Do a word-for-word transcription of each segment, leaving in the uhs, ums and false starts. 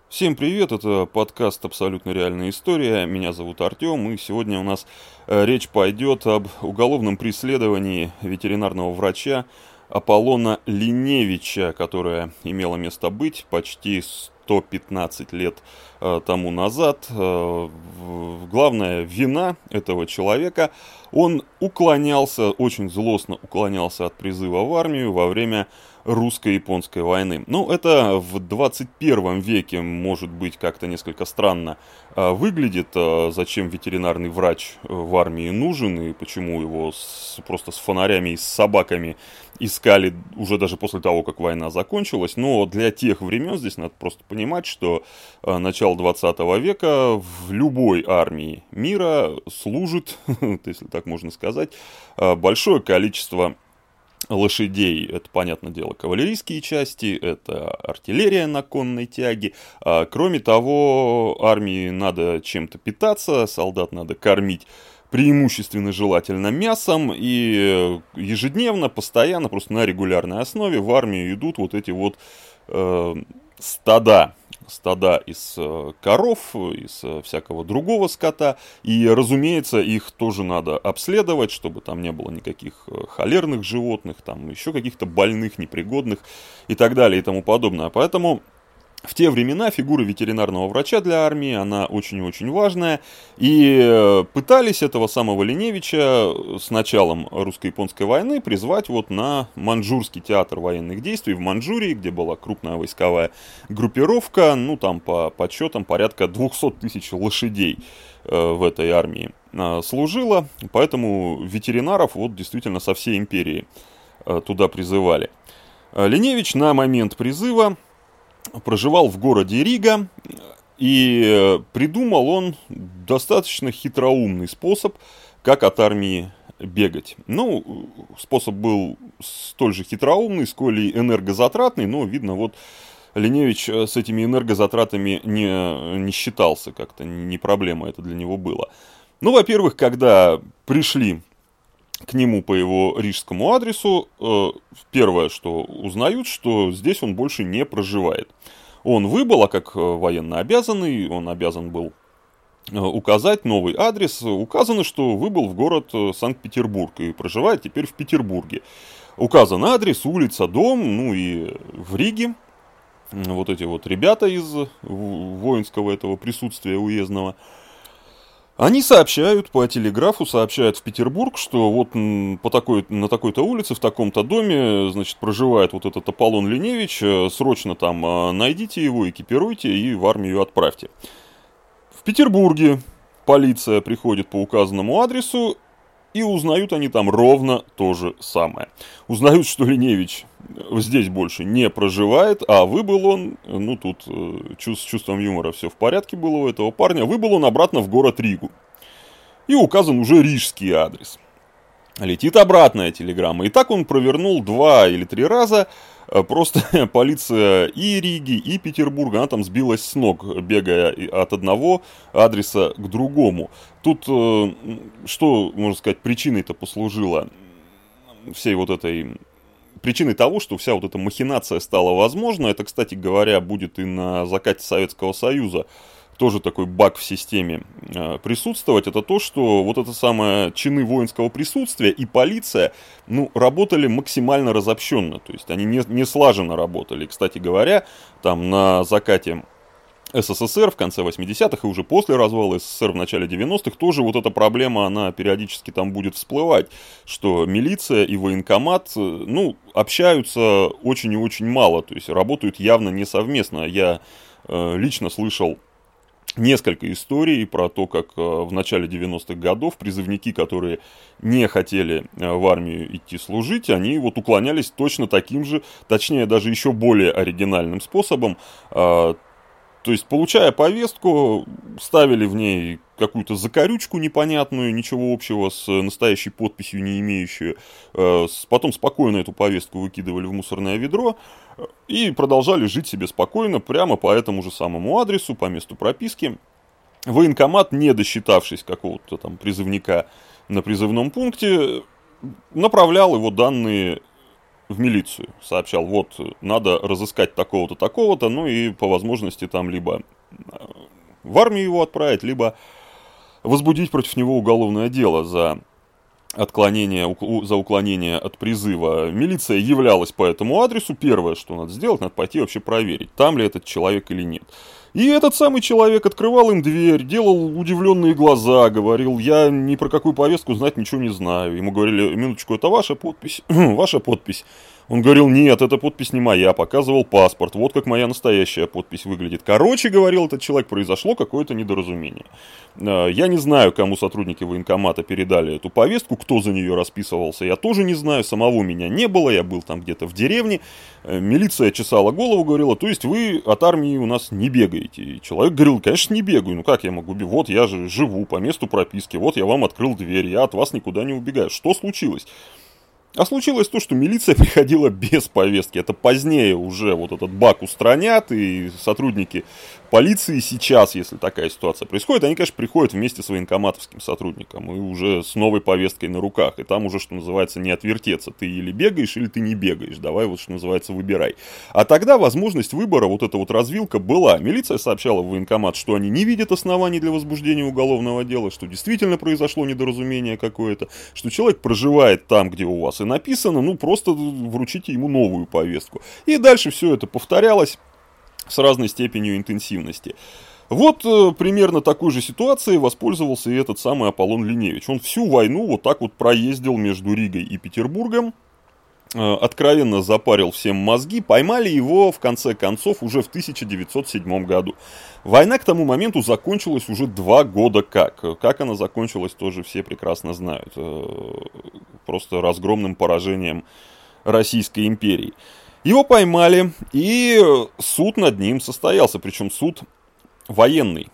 Всем привет, это подкаст «Абсолютно реальная история». Меня зовут Артем, и сегодня у нас э, речь пойдет об уголовном преследовании ветеринарного врача Аполлона Линевича, которое имело место быть почти сто пятнадцать лет э, тому назад. Э, в- главная вина этого человека — он уклонялся, очень злостно уклонялся от призыва в армию во время русско-японской войны. Ну, это в двадцать первом веке, может быть, как-то несколько странно а, выглядит. А, зачем ветеринарный врач в армии нужен и почему его с- просто с фонарями и с собаками искали уже даже после того, как война закончилась. Но для тех времен здесь надо просто понимать, что а, начало двадцатого века в любой армии мира служит, если так можно сказать, а, большое количество лошадей. Это, понятное дело, кавалерийские части, это артиллерия на конной тяге. А, кроме того, армии надо чем-то питаться, солдат надо кормить преимущественно желательно мясом, и ежедневно, постоянно, просто на регулярной основе в армию идут вот эти вот э, стада. Стада из э, коров, из э, всякого другого скота. И, разумеется, их тоже надо обследовать, чтобы там не было никаких э, холерных животных, там еще каких-то больных, непригодных и так далее и тому подобное. Поэтому в те времена фигура ветеринарного врача для армии, она очень и очень важная. И э, пытались этого самого Линевича с началом русско-японской войны призвать вот на Маньчжурский театр военных действий в Маньчжурии, где была крупная войсковая группировка, ну там по подсчетам порядка двести тысяч лошадей э, в этой армии э, служило. Поэтому ветеринаров вот действительно со всей империи э, туда призывали. Э, Линевич на момент призыва проживал в городе Рига, и придумал он достаточно хитроумный способ, как от армии бегать. Ну, способ был столь же хитроумный, сколь и энергозатратный, но, видно, вот Линевич с этими энергозатратами не, не считался как-то, не проблема это для него было. Ну, во-первых, когда пришли к нему по его рижскому адресу, э, первое, что узнают, что здесь он больше не проживает. Он выбыл, а как э, военно обязанный, он обязан был э, указать новый адрес. Указано, что выбыл в город э, Санкт-Петербург и проживает теперь в Петербурге. Указан адрес, улица, дом, ну и в Риге вот эти вот ребята из воинского этого присутствия уездного, они сообщают по телеграфу, сообщают в Петербург, что вот по такой, на такой-то улице, в таком-то доме, значит, проживает вот этот Аполлон Линевич, срочно там найдите его, экипируйте и в армию отправьте. В Петербурге полиция приходит по указанному адресу, и узнают они там ровно то же самое. Узнают, что Линевич здесь больше не проживает, а выбыл он, ну тут э, чувств, с чувством юмора все в порядке было у этого парня, выбыл он обратно в город Ригу. И указан уже рижский адрес. Летит обратная телеграмма. И так он провернул два или три раза. Просто полиция и Риги, и Петербурга, она там сбилась с ног, бегая от одного адреса к другому. Тут, что, можно сказать, причиной-то послужило всей вот этой... Причиной того, что вся вот эта махинация стала возможна, это, кстати говоря, будет и на закате Советского Союза тоже такой баг в системе э, присутствовать, это то, что вот это самое чины воинского присутствия и полиция, ну, работали максимально разобщенно, то есть они не, не слаженно работали. И, кстати говоря, там на закате СССР в конце восьмидесятых и уже после развала СССР в начале девяностых тоже вот эта проблема, она периодически там будет всплывать, что милиция и военкомат, ну, общаются очень и очень мало, то есть работают явно не совместно. Я э, лично слышал несколько историй про то, как в начале девяностых годов призывники, которые не хотели в армию идти служить, они вот уклонялись точно таким же, точнее даже еще более оригинальным способом. То есть, получая повестку, ставили в ней какую-то закорючку непонятную, ничего общего с настоящей подписью не имеющую. Потом спокойно эту повестку выкидывали в мусорное ведро и продолжали жить себе спокойно прямо по этому же самому адресу, по месту прописки. Военкомат, не досчитавшись какого-то там призывника на призывном пункте, направлял его данные в милицию, сообщал, вот, надо разыскать такого-то, такого-то, ну и по возможности там либо в армию его отправить, либо возбудить против него уголовное дело за отклонение, за уклонение от призыва. Милиция являлась по этому адресу. Первое, что надо сделать, надо пойти вообще проверить, там ли этот человек или нет. И этот самый человек открывал им дверь, делал удивленные глаза, говорил, я ни про какую повестку знать ничего не знаю. Ему говорили, минуточку, это ваша подпись? Ваша подпись. Он говорил, нет, эта подпись не моя, показывал паспорт, вот как моя настоящая подпись выглядит. Короче, говорил этот человек, произошло какое-то недоразумение. Я не знаю, кому сотрудники военкомата передали эту повестку, кто за нее расписывался, я тоже не знаю, самого меня не было, я был там где-то в деревне. Милиция чесала голову, говорила, то есть вы от армии у нас не бегаете. И человек говорил, конечно, не бегаю, ну как я могу бегать, вот я же живу по месту прописки, вот я вам открыл дверь, я от вас никуда не убегаю. Что случилось? А случилось то, что милиция приходила без повестки. Это позднее уже вот этот баг устранят, и сотрудники полиции сейчас, если такая ситуация происходит, они, конечно, приходят вместе с военкоматовским сотрудником и уже с новой повесткой на руках. И там уже, что называется, не отвертеться. Ты или бегаешь, или ты не бегаешь. Давай вот, что называется, выбирай. А тогда возможность выбора, вот эта вот развилка была. Милиция сообщала в военкомат, что они не видят оснований для возбуждения уголовного дела, что действительно произошло недоразумение какое-то, что человек проживает там, где у вас и написано, ну просто вручите ему новую повестку. И дальше все это повторялось с разной степенью интенсивности. Вот э, примерно такой же ситуацией воспользовался и этот самый Аполлон Линевич. Он всю войну вот так вот проездил между Ригой и Петербургом, э, откровенно запарил всем мозги, поймали его в конце концов уже в тысяча девятьсот седьмом году. Война к тому моменту закончилась уже два года как. Как она закончилась, тоже все прекрасно знают. Э, просто разгромным поражением Российской империи. Его поймали, и суд над ним состоялся, причем суд военный.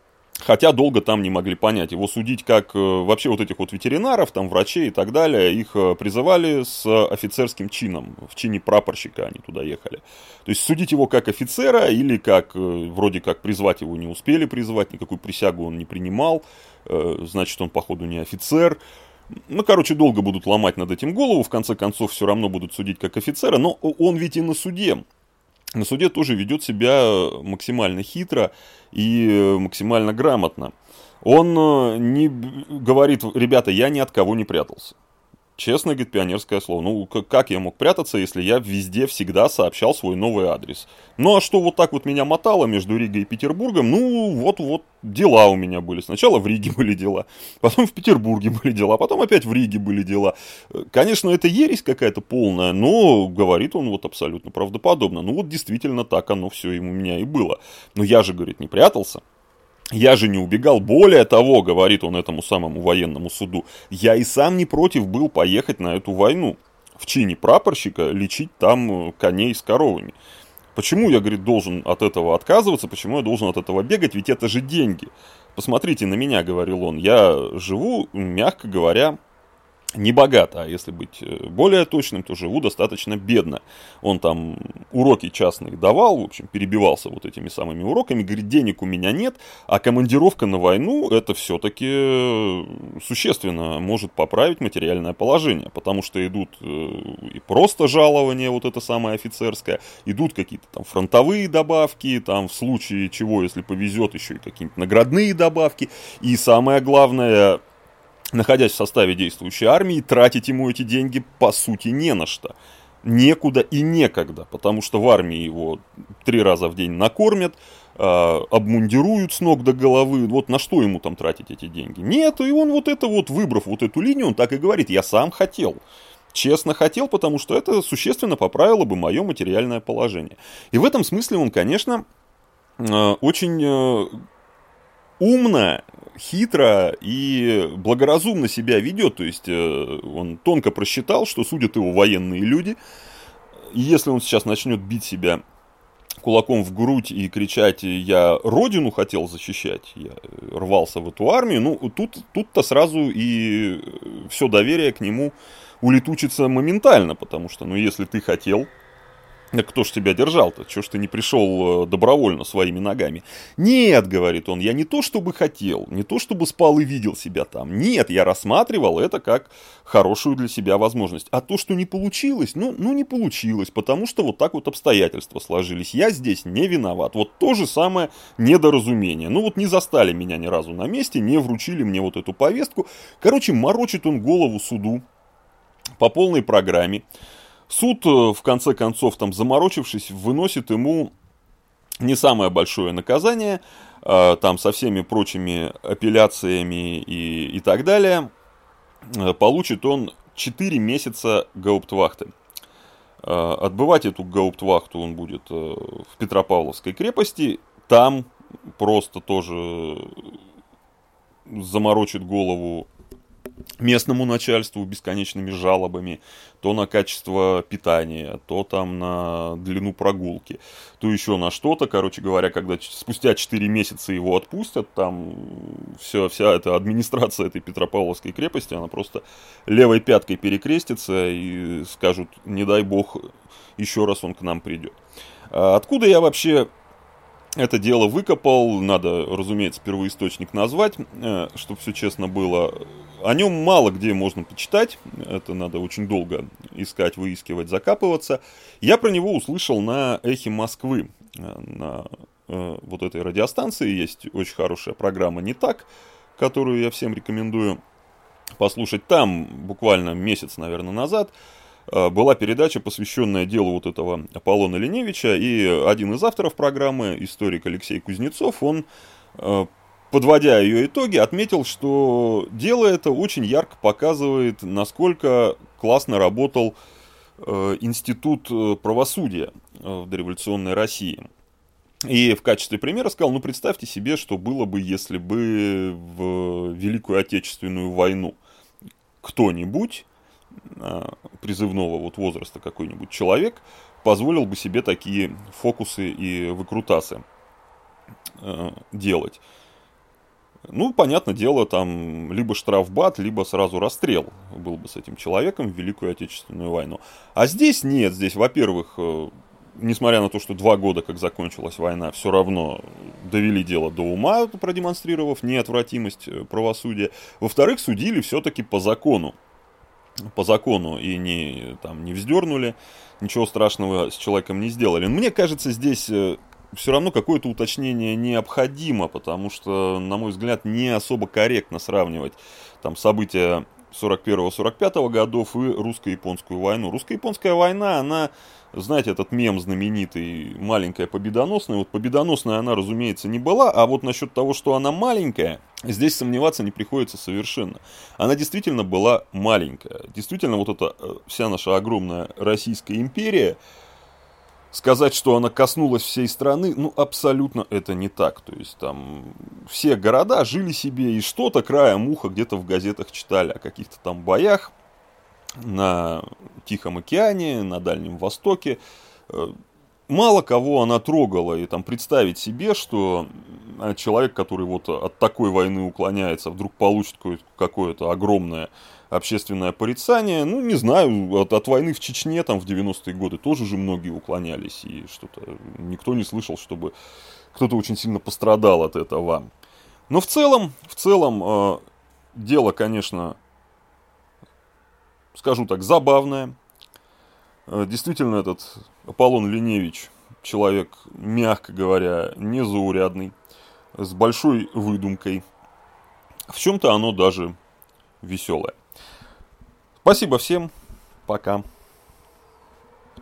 Хотя долго там не могли понять. Его судить как вообще вот этих вот ветеринаров, там врачей и так далее, их призывали с офицерским чином. В чине прапорщика они туда ехали. То есть судить его как офицера или как, вроде как призвать его не успели призвать, никакую присягу он не принимал, значит он походу не офицер. Ну, короче, долго будут ломать над этим голову, в конце концов все равно будут судить как офицера, но он ведь и на суде. На суде тоже ведет себя максимально хитро и максимально грамотно. Он не говорит, ребята, я ни от кого не прятался. Честно, говорит, пионерское слово. Ну, как я мог прятаться, если я везде всегда сообщал свой новый адрес? Ну, а что вот так вот меня мотало между Ригой и Петербургом? Ну, вот-вот дела у меня были. Сначала в Риге были дела, потом в Петербурге были дела, потом опять в Риге были дела. Конечно, это ересь какая-то полная, но говорит он вот абсолютно правдоподобно. Ну, вот действительно так оно все у меня и было. Но я же, говорит, не прятался. Я же не убегал. Более того, говорит он этому самому военному суду, я и сам не против был поехать на эту войну. В чине прапорщика лечить там коней с коровами. Почему я, говорит, должен от этого отказываться, почему я должен от этого бегать, ведь это же деньги. Посмотрите на меня, говорил он, я живу, мягко говоря, не богато, а если быть более точным, то живу достаточно бедно. Он там уроки частные давал, в общем, перебивался вот этими самыми уроками, говорит, денег у меня нет, а командировка на войну, это все-таки существенно может поправить материальное положение, потому что идут и просто жалования, вот это самое офицерское, идут какие-то там фронтовые добавки, там в случае чего, если повезет, еще и какие-нибудь наградные добавки, и самое главное, находясь в составе действующей армии, тратить ему эти деньги по сути не на что. Некуда и некогда, потому что в армии его три раза в день накормят, э, обмундируют с ног до головы. Вот на что ему там тратить эти деньги? Нет, и он вот это вот, выбрав вот эту линию, он так и говорит, я сам хотел. Честно хотел, потому что это существенно поправило бы мое материальное положение. И в этом смысле он, конечно, э, очень... Э, умно, хитро и благоразумно себя ведет. То есть э, он тонко просчитал, что судят его военные люди. И если он сейчас начнет бить себя кулаком в грудь и кричать «я родину хотел защищать», я рвался в эту армию, ну тут, тут-то сразу и все доверие к нему улетучится моментально. Потому что, ну если ты хотел Кто ж тебя держал-то? Чего ж ты не пришел добровольно своими ногами? Нет, говорит он, я не то чтобы хотел, не то чтобы спал и видел себя там. Нет, я рассматривал это как хорошую для себя возможность. А то, что не получилось, ну, ну не получилось, потому что вот так вот обстоятельства сложились. Я здесь не виноват. Вот то же самое недоразумение. Ну вот не застали меня ни разу на месте, не вручили мне вот эту повестку. Короче, морочит он голову суду по полной программе. Суд, в конце концов, там заморочившись, выносит ему не самое большое наказание, там со всеми прочими апелляциями и, и так далее. Получит он четыре месяца гауптвахты. Отбывать эту гауптвахту он будет в Петропавловской крепости. Там просто тоже заморочит голову местному начальству бесконечными жалобами, то на качество питания, то там на длину прогулки, то еще на что-то. Короче говоря, когда спустя четыре месяца его отпустят, там все, вся эта администрация этой Петропавловской крепости, она просто левой пяткой перекрестится и скажут, не дай бог, еще раз он к нам придет. А откуда я вообще это дело выкопал? Надо, разумеется, первоисточник назвать, чтобы все честно было. О нем мало где можно почитать, это надо очень долго искать, выискивать, закапываться. Я про него услышал на «Эхе Москвы», на э, вот этой радиостанции есть очень хорошая программа «Не так», которую я всем рекомендую послушать. Там буквально месяц, наверное, назад э, была передача, посвященная делу вот этого Аполлона Линевича, и один из авторов программы, историк Алексей Кузнецов, он э, подводя ее итоги, отметил, что дело это очень ярко показывает, насколько классно работал э, институт правосудия в дореволюционной России. И в качестве примера сказал, ну представьте себе, что было бы, если бы в Великую Отечественную войну кто-нибудь э, призывного вот возраста, какой-нибудь человек, позволил бы себе такие фокусы и выкрутасы э, делать. Ну, понятное дело, там либо штрафбат, либо сразу расстрел был бы с этим человеком в Великую Отечественную войну. А здесь нет, здесь, во-первых, несмотря на то, что два года, как закончилась война, все равно довели дело до ума, продемонстрировав неотвратимость правосудия. Во-вторых, судили все-таки по закону. По закону и не, там, не вздернули, ничего страшного с человеком не сделали. Но мне кажется, здесь все равно какое-то уточнение необходимо, потому что, на мой взгляд, не особо корректно сравнивать там события сорок первого сорок пятого годов и русско-японскую войну. Русско-японская война, она, знаете, этот мем знаменитый, маленькая победоносная, вот победоносная она, разумеется, не была, а вот насчет того, что она маленькая, здесь сомневаться не приходится совершенно. Она действительно была маленькая. Действительно, вот эта вся наша огромная Российская империя, сказать, что она коснулась всей страны, ну, абсолютно это не так. То есть, там, все города жили себе, и что-то краем уха где-то в газетах читали о каких-то там боях на Тихом океане, на Дальнем Востоке. Мало кого она трогала, и там представить себе, что человек, который вот от такой войны уклоняется, вдруг получит какое-то огромное общественное порицание. Ну, не знаю, от, от войны в Чечне там в девяностые годы тоже же многие уклонялись, и что-то никто не слышал, чтобы кто-то очень сильно пострадал от этого. Но в целом, в целом, э, дело, конечно, скажу так, забавное. Э, действительно, этот Аполлон Линевич человек, мягко говоря, незаурядный, с большой выдумкой. В чем-то оно даже веселое. Спасибо всем. Пока.